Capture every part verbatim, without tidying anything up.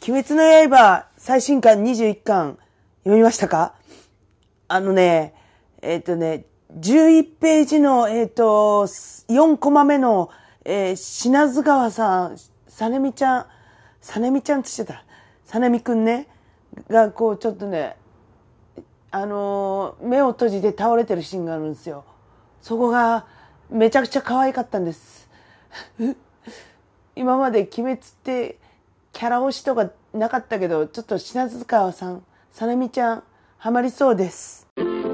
鬼滅の刃最新刊にじゅういっかん読みましたか？あのね、えっ、とね、じゅういちページの、えっ、と、よんコマ目の、えー、品津川さん、さねみちゃん、さねみちゃんって言ってた。さねみくんね、がこうちょっとね、あのー、目を閉じて倒れてるシーンがあるんですよ。そこがめちゃくちゃ可愛かったんです。今まで鬼滅ってキャラ推しとかなかったけど、ちょっと品津川さん、さなみちゃん、ハマりそうです。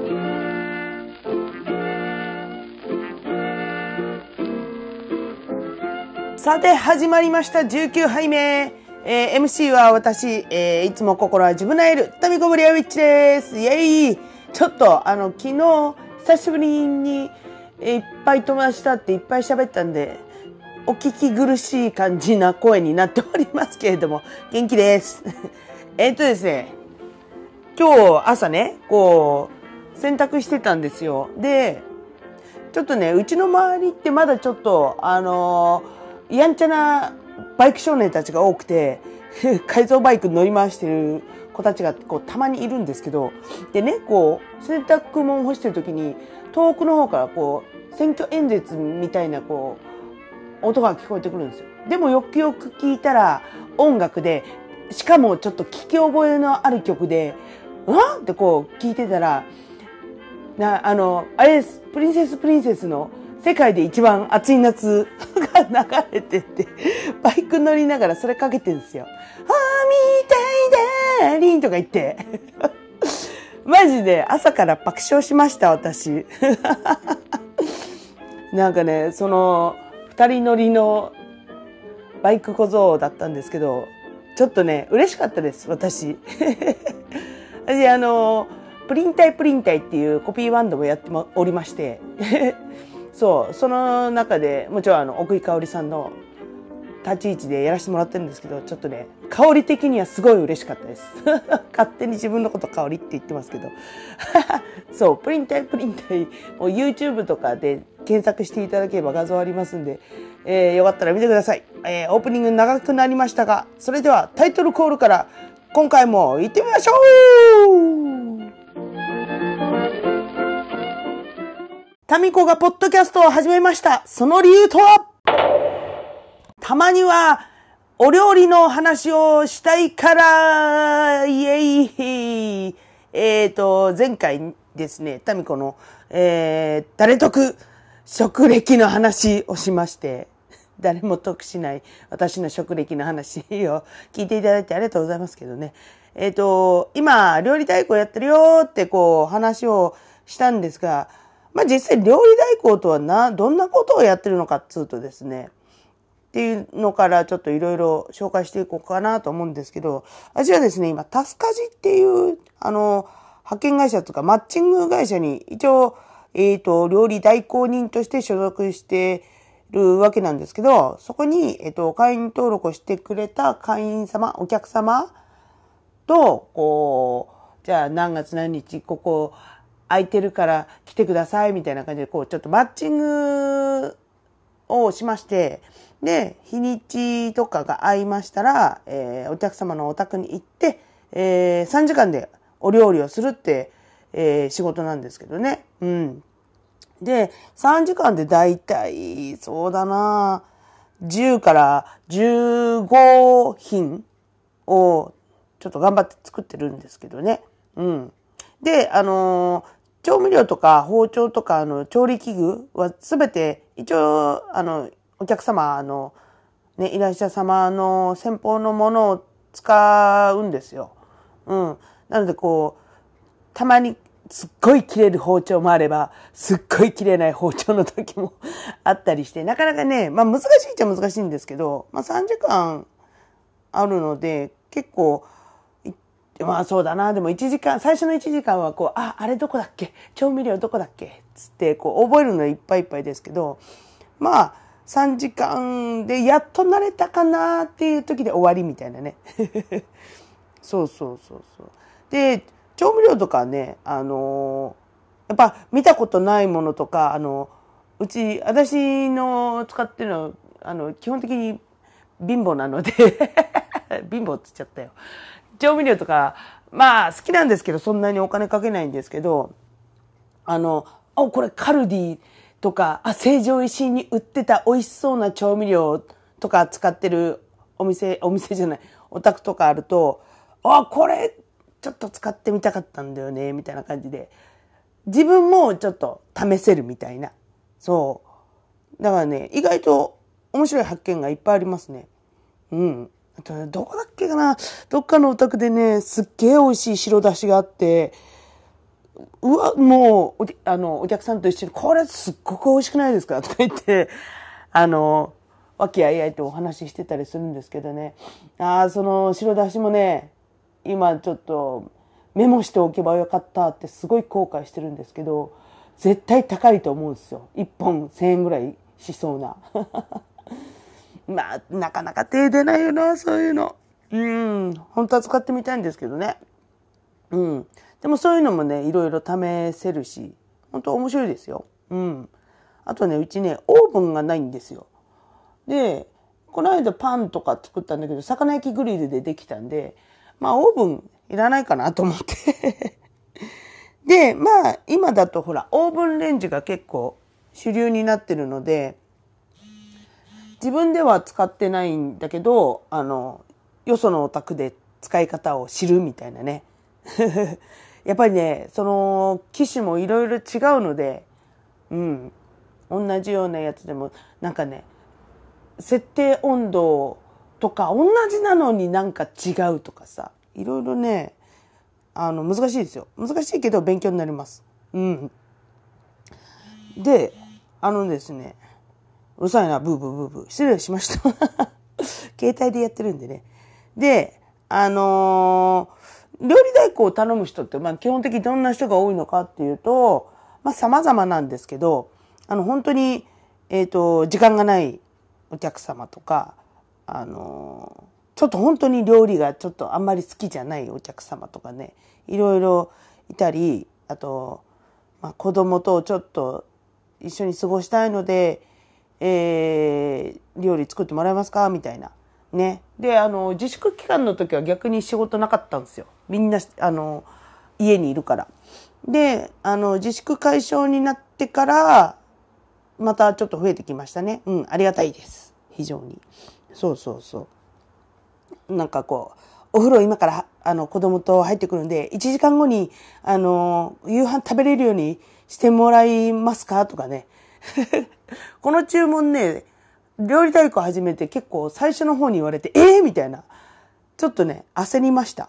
さて始まりましたじゅうきゅうはいめ、えー、エムシー は私、えー、いつも心は自分のエルタミコブリアウィッチです。イエイ。ちょっとあの昨日久しぶりに、えー、いっぱい友達と会っていっぱい喋ったんで、お聞き苦しい感じな声になっておりますけれども、元気です。えっとですね、今日朝ね、こう洗濯してたんですよ。で、ちょっとね、うちの周りってまだちょっとあのーやんちゃなバイク少年たちが多くて、改造バイク乗り回してる子たちがこうたまにいるんですけど、でね、こう洗濯物を干してる時に遠くの方からこう選挙演説みたいなこう音が聞こえてくるんですよ。でもよくよく聞いたら音楽で、しかもちょっと聞き覚えのある曲で、うんってこう聞いてたら、なあのあれです、プリンセスプリンセスの世界で一番暑い夏が流れてて、バイク乗りながらそれかけてるんですよ。あーみたいだーりんとか言って。マジで朝から爆笑しました、私。なんかね、その二人乗りのバイク小僧だったんですけど、ちょっとね、嬉しかったです、私。私、あの、プリン体プリン体っていうコピーバンドもやっておりまして、そう、その中でもちろんあの奥井香織さんの立ち位置でやらせてもらってるんですけど、ちょっとね、香り的にはすごい嬉しかったです。勝手に自分のこと香りって言ってますけど。そう、プリン体プリン体、もう YouTube とかで検索していただければ画像ありますんで、えー、よかったら見てください。えー、オープニング長くなりましたが、それではタイトルコールから今回も行ってみましょう。タミコがポッドキャストを始めました。その理由とは、たまにはお料理の話をしたいから、イエイ。えっと、前回ですね、タミコの、えー、誰得食歴の話をしまして、誰も得しない私の食歴の話を聞いていただいてありがとうございますけどね。えっと、今、料理代行やってるよってこう話をしたんですが、まあ実際料理代行とはな、どんなことをやってるのかっつうとですね、っていうのからちょっといろいろ紹介していこうかなと思うんですけど、私はですね、今、タスカジっていう、あの、派遣会社とかマッチング会社に一応、えっと、料理代行人として所属してるわけなんですけど、そこに、えっと、会員登録をしてくれた会員様、お客様と、こう、じゃあ何月何日ここ空いてるから来てくださいみたいな感じで、こう、ちょっとマッチングをしまして、で、日にちとかが合いましたら、えー、お客様のお宅に行って、えー、さんじかんでお料理をするって、えー、仕事なんですけどね。うん。で、さんじかんでだいたい、そうだな、じゅうからじゅうごひんをちょっと頑張って作ってるんですけどね。うん。で、あのー、調味料とか包丁とか、あの、調理器具はすべて、一応、あの、お客様の、ね、依頼者様の先方のものを使うんですよ。うん。なので、こう、たまにすっごい切れる包丁もあれば、すっごい切れない包丁の時もあったりして、なかなかね、まあ難しいっちゃ難しいんですけど、まあさんじかんあるので、結構、まあそうだな。でもいちじかん、最初のいちじかんはこう、あ、あれどこだっけ？調味料どこだっけ？つって、こう、覚えるのいっぱいいっぱいですけど、まあ、さんじかんでやっと慣れたかなっていう時で終わりみたいなね。そうそうそうそう。で、調味料とかね、あのー、やっぱ見たことないものとか、あの、うち、私の使ってるのは、あの、基本的に貧乏なので、 貧乏って言っちゃったよ。調味料とか、まあ好きなんですけど、そんなにお金かけないんですけど、あの、あ、これカルディとか、あ、成城石井に売ってた美味しそうな調味料とか使ってるお店、お店じゃない、お宅とかあると、あ、これちょっと使ってみたかったんだよね、みたいな感じで。自分もちょっと試せるみたいな。そう。だからね、意外と面白い発見がいっぱいありますね。うん。あとね、どこだっけかな、どっかのお宅でね、すっげえ美味しい白だしがあって、うわ、もう、お、あの、お客さんと一緒に、これすっごく美味しくないですかとか言って、あの、和気あいあいとお話ししてたりするんですけどね。ああ、その白だしもね、今ちょっとメモしておけばよかったってすごい後悔してるんですけど、絶対高いと思うんですよ。いっぽんせんえんぐらいしそうな。まあ、なかなか手出ないよな、そういうの。うん、本当は使ってみたいんですけどね。うん。でもそういうのもね、いろいろ試せるし、本当面白いですよ。うん。あとね、うちね、オーブンがないんですよ。で、この間パンとか作ったんだけど、魚焼きグリルでできたんで、まあオーブンいらないかなと思って。で、まあ今だとほら、オーブンレンジが結構主流になってるので、自分では使ってないんだけど、あの、よそのお宅で使い方を知るみたいなね。やっぱりね、その機種もいろいろ違うので、うん。同じようなやつでも、なんかね、設定温度とか同じなのになんか違うとかさ、いろいろね、あの、難しいですよ。難しいけど勉強になります。うん。で、あのですね、うるさいな、ブーブーブーブー。失礼しました。携帯でやってるんでね。で、あのー、料理代行を頼む人って、まあ基本的にどんな人が多いのかっていうと、まあ様々なんですけど、あの本当に、えっと、時間がないお客様とか、あのー、ちょっと本当に料理がちょっとあんまり好きじゃないお客様とかね、いろいろいたり、あと、まあ子供とちょっと一緒に過ごしたいので、えー、料理作ってもらえますかみたいな。ね。で、あの、自粛期間の時は逆に仕事なかったんですよ。みんな、あの、家にいるから。で、あの、自粛解消になってから、またちょっと増えてきましたね。うん、ありがたいです。非常に。そうそうそう。なんかこう、お風呂今から、あの、子供と入ってくるんで、いちじかんごに、あの、夕飯食べれるようにしてもらえますかとかね。この注文ね、料理代行始めて結構最初の方に言われて、えー、みたいな。ちょっとね、焦りました。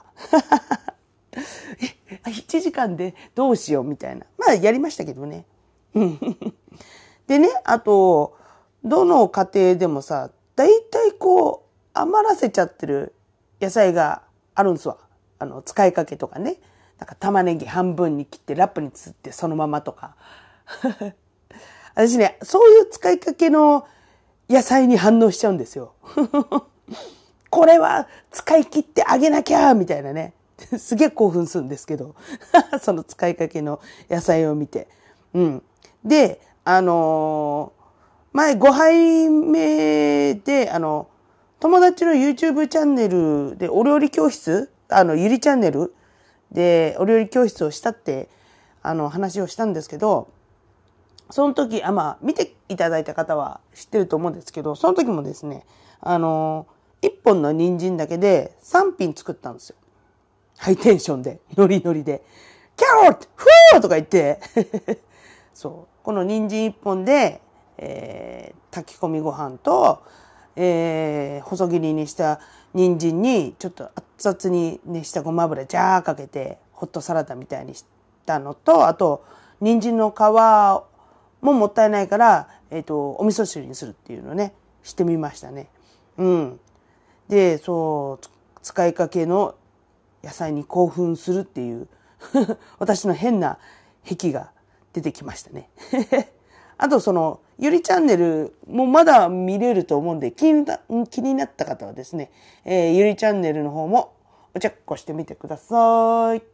え、いちじかんでどうしようみたいな。まあやりましたけどね。でね、あと、どの家庭でもさ、だいたいこう、余らせちゃってる野菜があるんすわ。あの、使いかけとかね。なんか玉ねぎ半分に切ってラップにつってそのままとか。私ね、そういう使いかけの野菜に反応しちゃうんですよ。これは使い切ってあげなきゃみたいなね。すげえ興奮するんですけど。その使いかけの野菜を見て。うん。で、あのー、前ごはいめで、あの、友達の YouTube チャンネルでお料理教室、あの、ゆりチャンネルでお料理教室をしたって、あの、話をしたんですけど、その時、あ、まあ、見ていただいた方は知ってると思うんですけど、その時もですね、あの、一本の人参だけで三品作ったんですよ。ハイテンションで、ノリノリで。キャロットフーとか言って、そう。この人参一本で、えー、炊き込みご飯と、えー、細切りにした人参に、ちょっと熱々に熱したごま油ジャーかけて、ホットサラダみたいにしたのと、あと、人参の皮ももったいないから、えっと、お味噌汁にするっていうのをね、してみましたね。うん。で、そう、使いかけの野菜に興奮するっていう、私の変な癖が出てきましたね。あと、その、ゆりチャンネルもまだ見れると思うんで、気にな気になった方はですね、えー、ゆりチャンネルの方もおチェックしてみてください。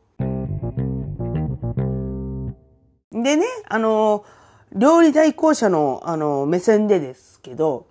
でね、あの、料理代行者の、あの、目線でですけど、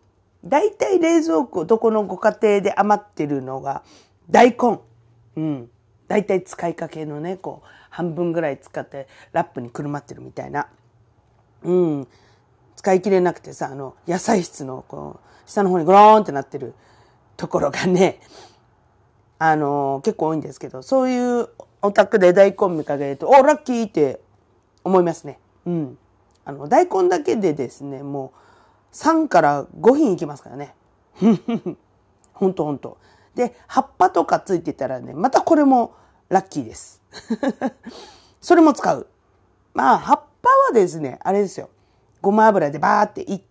だいたい冷蔵庫、どこのご家庭で余ってるのが、大根。うん。だいたい使いかけのね、こう、半分ぐらい使ってラップにくるまってるみたいな。うん。使い切れなくてさ、あの、野菜室の、こう、下の方にゴローンってなってるところがね、あのー、結構多いんですけど、そういうお宅で大根見かけると、お、ラッキーって思いますね。うん。あの、大根だけでですね、もうさんからご品いきますからね。ほんとほんと。で、葉っぱとかついてたらね、またこれもラッキーです。それも使う。まあ、葉っぱはですね、あれですよ。ごま油でバーっていって、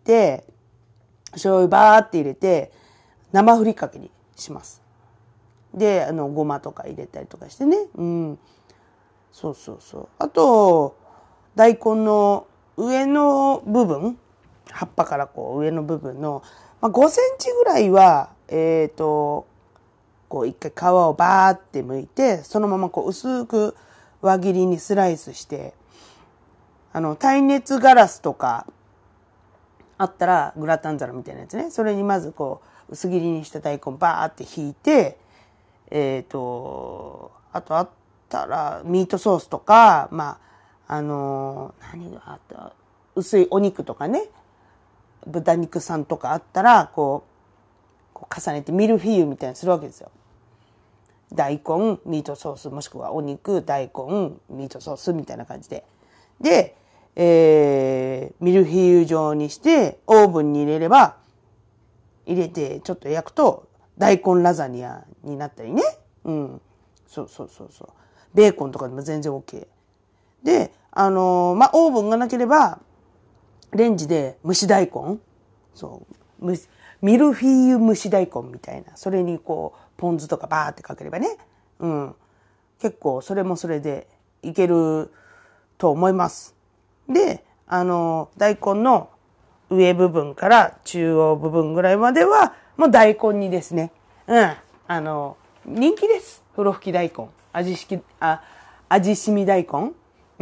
醤油バーって入れて、生ふりかけにします。で、あの、ごまとか入れたりとかしてね。うん。そうそうそう。あと、大根の上の部分、葉っぱからこう上の部分の、まあ、ごセンチぐらいは、えっと、こう一回皮をバーって剥いて、そのままこう薄く輪切りにスライスして、あの、耐熱ガラスとかあったらグラタン皿みたいなやつね。それにまずこう薄切りにした大根バーって引いて、えっと、あとあったらミートソースとか、まあ、あの、何があった、薄いお肉とかね、豚肉さんとかあったら、こう、こう重ねてミルフィーユみたいにするわけですよ。大根、ミートソース、もしくはお肉、大根、ミートソースみたいな感じで。で、えー、ミルフィーユ状にしてオーブンに入れれば、入れてちょっと焼くと大根ラザニアになったりね。うん。そうそうそうそう。ベーコンとかでも全然 OK。で、あのー、まあ、オーブンがなければ、レンジで蒸し大根。そう。ミルフィーユ蒸し大根みたいな。それにこう、ポン酢とかバーってかければね。うん。結構それもそれでいけると思います。で、あの、大根の上部分から中央部分ぐらいまでは、もう大根にですね。うん。あの、人気です。ふろふき大根。味しき、あ、味しみ大根。うん。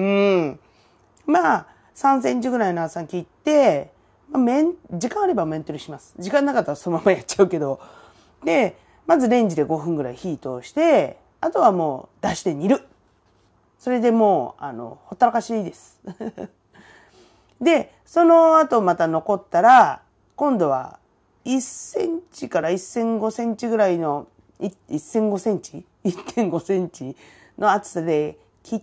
まあ、さんセンチぐらいの厚さ切って、まあ、麺、時間あれば麺取りします。時間なかったらそのままやっちゃうけど。で、まずレンジでごふんぐらい火通して、あとはもう出して煮る。それでもう、あの、ほったらかしでいいです。で、その後また残ったら、今度はいっセンチからいってんごセンチぐらいの、いってんごセンチ ?いってんご センチの厚さで切って、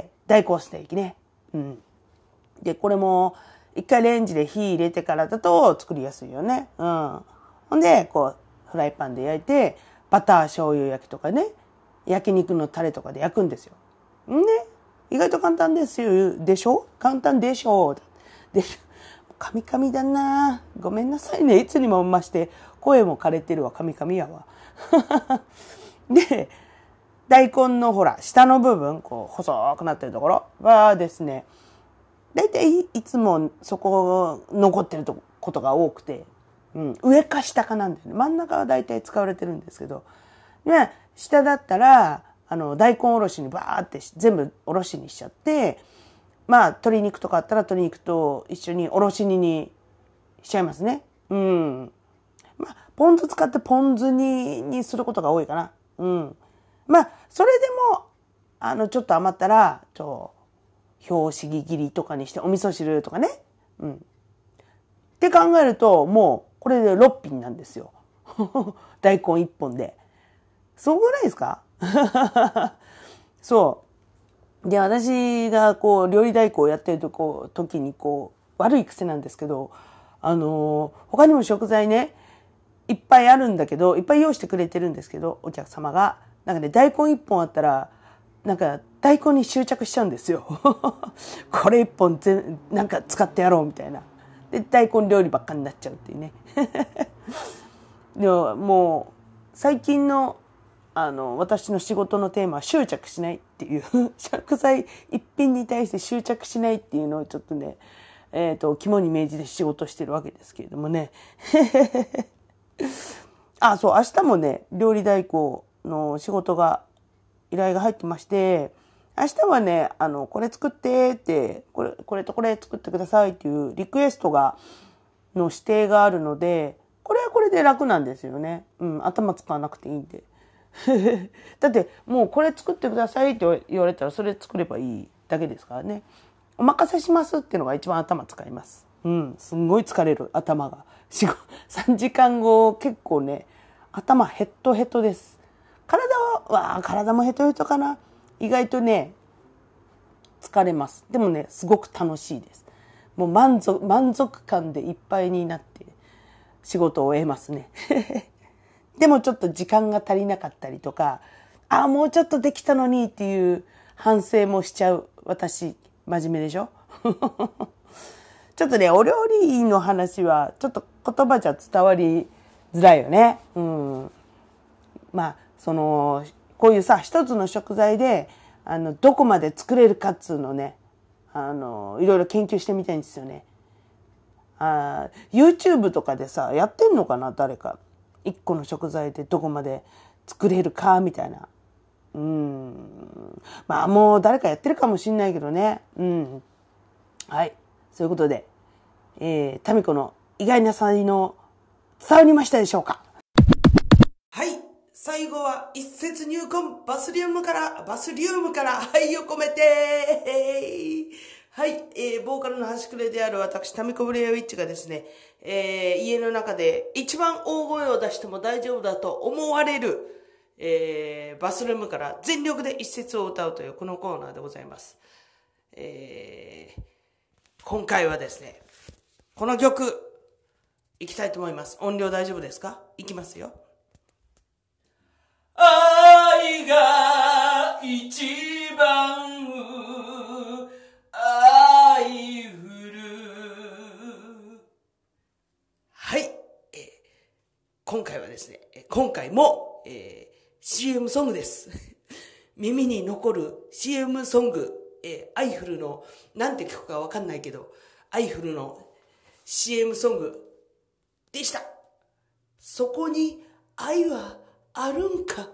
大根ステーキね。うん。で、これも、一回レンジで火入れてからだと作りやすいよね。うん。ほんで、こう、フライパンで焼いて、バター醤油焼きとかね、焼肉のタレとかで焼くんですよ。ね。意外と簡単ですよ。でしょ簡単でしょでしょ。カミカミだな。ごめんなさいね。いつにも増して、声も枯れてるわ。カミカミやわ。で、大根のほら、下の部分、こう、細くなってるところはですね、だいたいいつもそこ残ってることが多くて、うん、上か下かなんだよね。真ん中はだいたい使われてるんですけど、ね、下だったら、あの、大根おろしにバーって全部おろしにしちゃって、まあ、鶏肉とかあったら鶏肉と一緒におろし煮にしちゃいますね。うん。まあ、ポン酢使ってポン酢煮にすることが多いかな。うん。まあ、それでも、あの、ちょっと余ったら、ちょ表紙切りとかにしてお味噌汁とかね。うん。って考えると、もう、これでろっ品なんですよ。大根いっぽんで。そうぐらいですかそう。で、私がこう、料理代行をやってるとこう、時にこう、悪い癖なんですけど、あのー、他にも食材ね、いっぱいあるんだけど、いっぱい用意してくれてるんですけど、お客様が。なんかね、大根いっぽんあったら、なんか大根に執着しちゃうんですよ。これいっぽん全なんか使ってやろうみたいな。で、大根料理ばっかになっちゃうっていうね。でも、もう、最近の、あの、私の仕事のテーマは執着しないっていう、食材一品に対して執着しないっていうのをちょっとね、えっと、肝に銘じて仕事してるわけですけれどもね。あ、そう、明日もね、料理代行の仕事が、依頼が入ってまして、明日はね、あの、これ作ってって、これ、これとこれ作ってくださいっていうリクエストが、の指定があるので、 これはこれで楽なんですよね。うん、頭使わなくていいんで。だってもうこれ作ってくださいって言われたらそれ作ればいいだけですからね。お任せしますっていうのが一番頭使います。うん、すんごい疲れる頭が。さんじかんご結構ね、頭ヘッドヘッドです。体は、わあ、体もヘトヘトかな。意外とね、疲れます。でもね、すごく楽しいです。もう満足、満足感でいっぱいになって仕事を終えますね。でもちょっと時間が足りなかったりとか、ああ、もうちょっとできたのにっていう反省もしちゃう私、真面目でしょ。ちょっとね、お料理の話はちょっと言葉じゃ伝わりづらいよね。うん。まあ、その、こういうさ、一つの食材で、あの、どこまで作れるかっつうのね、あの、いろいろ研究してみたいんですよね。あ、YouTube とかでさ、やってんのかな、誰か。一個の食材でどこまで作れるか、みたいな。うん。まあ、もう誰かやってるかもしんないけどね。うん。はい。そういうことで、えー、タミコの意外な才能、伝わりましたでしょうか？はい。最後は一節入魂バスリウムから、バスリウムから愛を込めて、はい。えー、ボーカルの端くれである私、タミコブレアウィッチがですね、えー、家の中で一番大声を出しても大丈夫だと思われる、えー、バスルームから全力で一節を歌うというこのコーナーでございます。えー、今回はですね、この曲、いきたいと思います。音量大丈夫ですか？いきますよ。愛が一番愛降る。はい、えー、今回はですね、今回も、えー、シーエム ソングです。耳に残る シーエム ソング、えー、アイフルの、なんて曲かわかんないけど、アイフルの シーエム ソングでした。そこに愛はあるんか。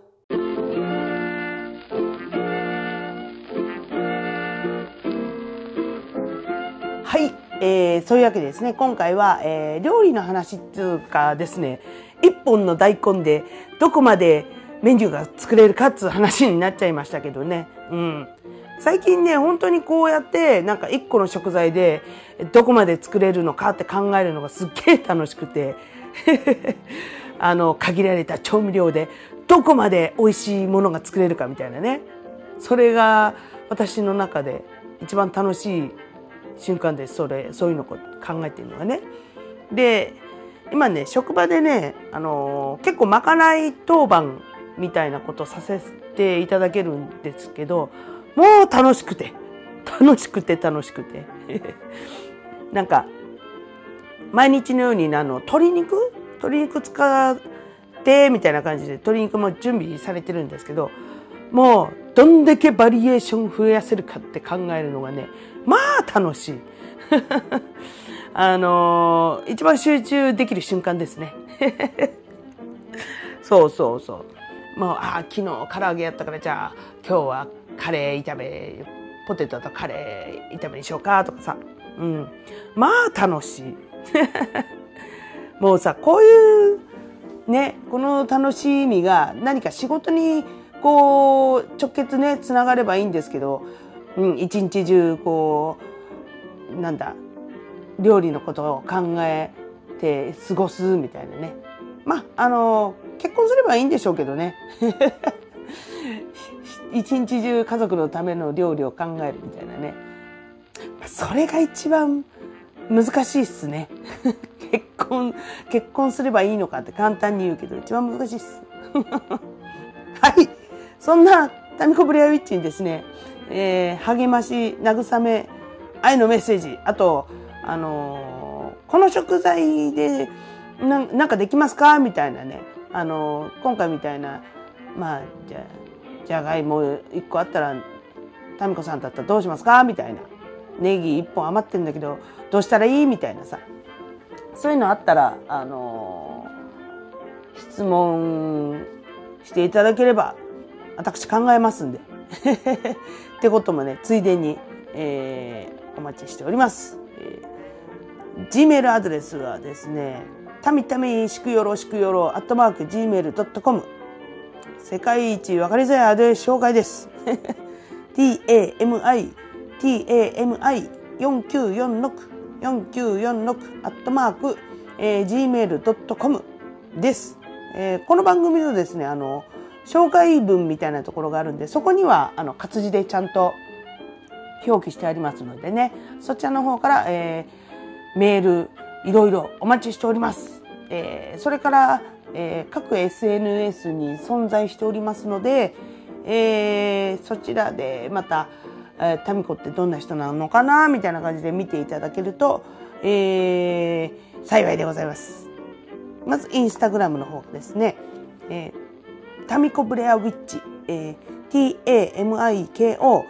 はい、えー、そういうわけでですね、今回は、えー、料理の話っていうかですね、一本の大根でどこまでメニューが作れるかっていう話になっちゃいましたけどね。うん。最近ね、本当にこうやってなんか一個の食材でどこまで作れるのかって考えるのがすっげえ楽しくてあの限られた調味料でどこまで美味しいものが作れるかみたいなね、それが私の中で一番楽しい瞬間です。それそういうのを考えてるのがね。で今ね、職場でね、あの結構まかない当番みたいなことをさせていただけるんですけど、もう楽しくて楽しくて楽しくてなんか毎日のようにあの鶏肉鶏肉使ってみたいな感じで鶏肉も準備されてるんですけど、もうどんだけバリエーション増やせるかって考えるのがね、まあ楽しいあのー、一番集中できる瞬間ですねそうそうそう、もうあ昨日唐揚げやったからじゃあ今日はカレー炒め、ポテトとカレー炒めにしようかとかさ、うん、まあ楽しいもうさ、こういうね、この楽しみが何か仕事にこう直結ねつながればいいんですけど、うん、一日中こうなんだ料理のことを考えて過ごすみたいなね。まああの結婚すればいいんでしょうけどね一日中家族のための料理を考えるみたいなね、それが一番難しいっすね結婚結婚すればいいのかって簡単に言うけど一番難しいっすはい、そんなタミコブレアウィッチにですね、えー、励まし慰め愛のメッセージ、あとあのー、この食材でななんかできますかみたいなね、あのー、今回みたいな、まあじゃあじゃがいもいっこあったらタミコさんだったらどうしますかみたいな、ネギいっぽん余ってんだけどどうしたらいいみたいなさ、そういうのあったらあのー、質問していただければ私考えますんでってこともねついでに、えー、お待ちしております。えー、Gmail アドレスはですね、 たみたみしくよろしくよろ、アットマーク、ジーメールドットコム。世界一わかりづらいアドレス紹介です。tami, tami、よんきゅうよんろく、よんきゅうよんろく、アットマーク、えー、ジーメールドットコム です。えー、この番組のですね、あの、紹介文みたいなところがあるんで、そこには、あの、活字でちゃんと表記してありますのでね、そちらの方から、えー、メール、いろいろお待ちしております。えー、それから、えー、各 エスエヌエス に存在しておりますので、えー、そちらでまた、えー、タミコってどんな人なのかなみたいな感じで見ていただけると、えー、幸いでございます。まずインスタグラムの方ですね、えー、タミコブレアウィッチ、えー、tamiko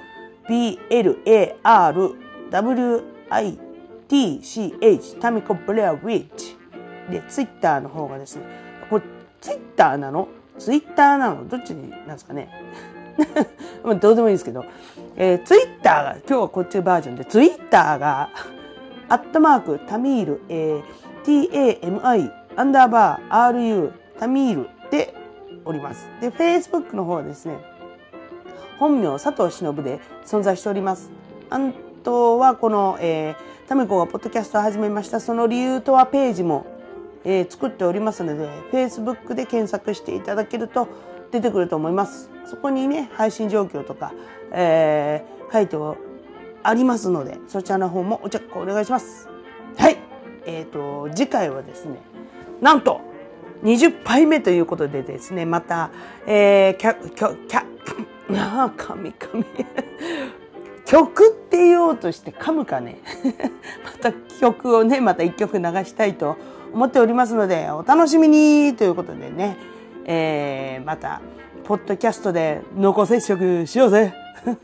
blawitch タミコブレアウィッチで、ツイッターの方がですね、これツイッターなのツイッターなのどっちなんですかねまあどうでもいいですけど、えー、ツイッターが、今日はこっちバージョンで、ツイッターが、アットマーク、タミール、えー、tami、アンダーバー、ru、タミールでおります。で、Facebook の方はですね、本名、佐藤忍で存在しております。あとは、この、えー、タミコがポッドキャストを始めました、その理由とはページも、えー、作っておりますので、Facebook で検索していただけると出てくると思います。そこにね、配信状況とか、えー、書いてありますので、そちらの方もおチェックお願いします。はい。えっと、次回はですね、なんと、にじゅっぱいめということでですね、また、えー、キャ、キャ、キャ、あー、噛み噛み。曲って言おうとして噛むかね。また曲をね、また一曲流したいと思っておりますので、お楽しみにということでね、えー、また、ポッドキャストで濃厚接触しようぜ。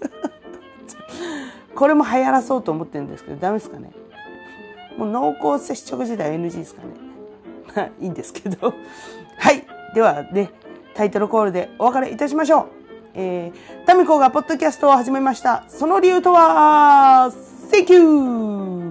これも流行らそうと思ってるんですけど、ダメですかね。もう濃厚接触自体 エヌジー ですかね。まあ、いいんですけど。はい。ではね、タイトルコールでお別れいたしましょう。えー、タミコがポッドキャストを始めました。その理由とは、Thank you!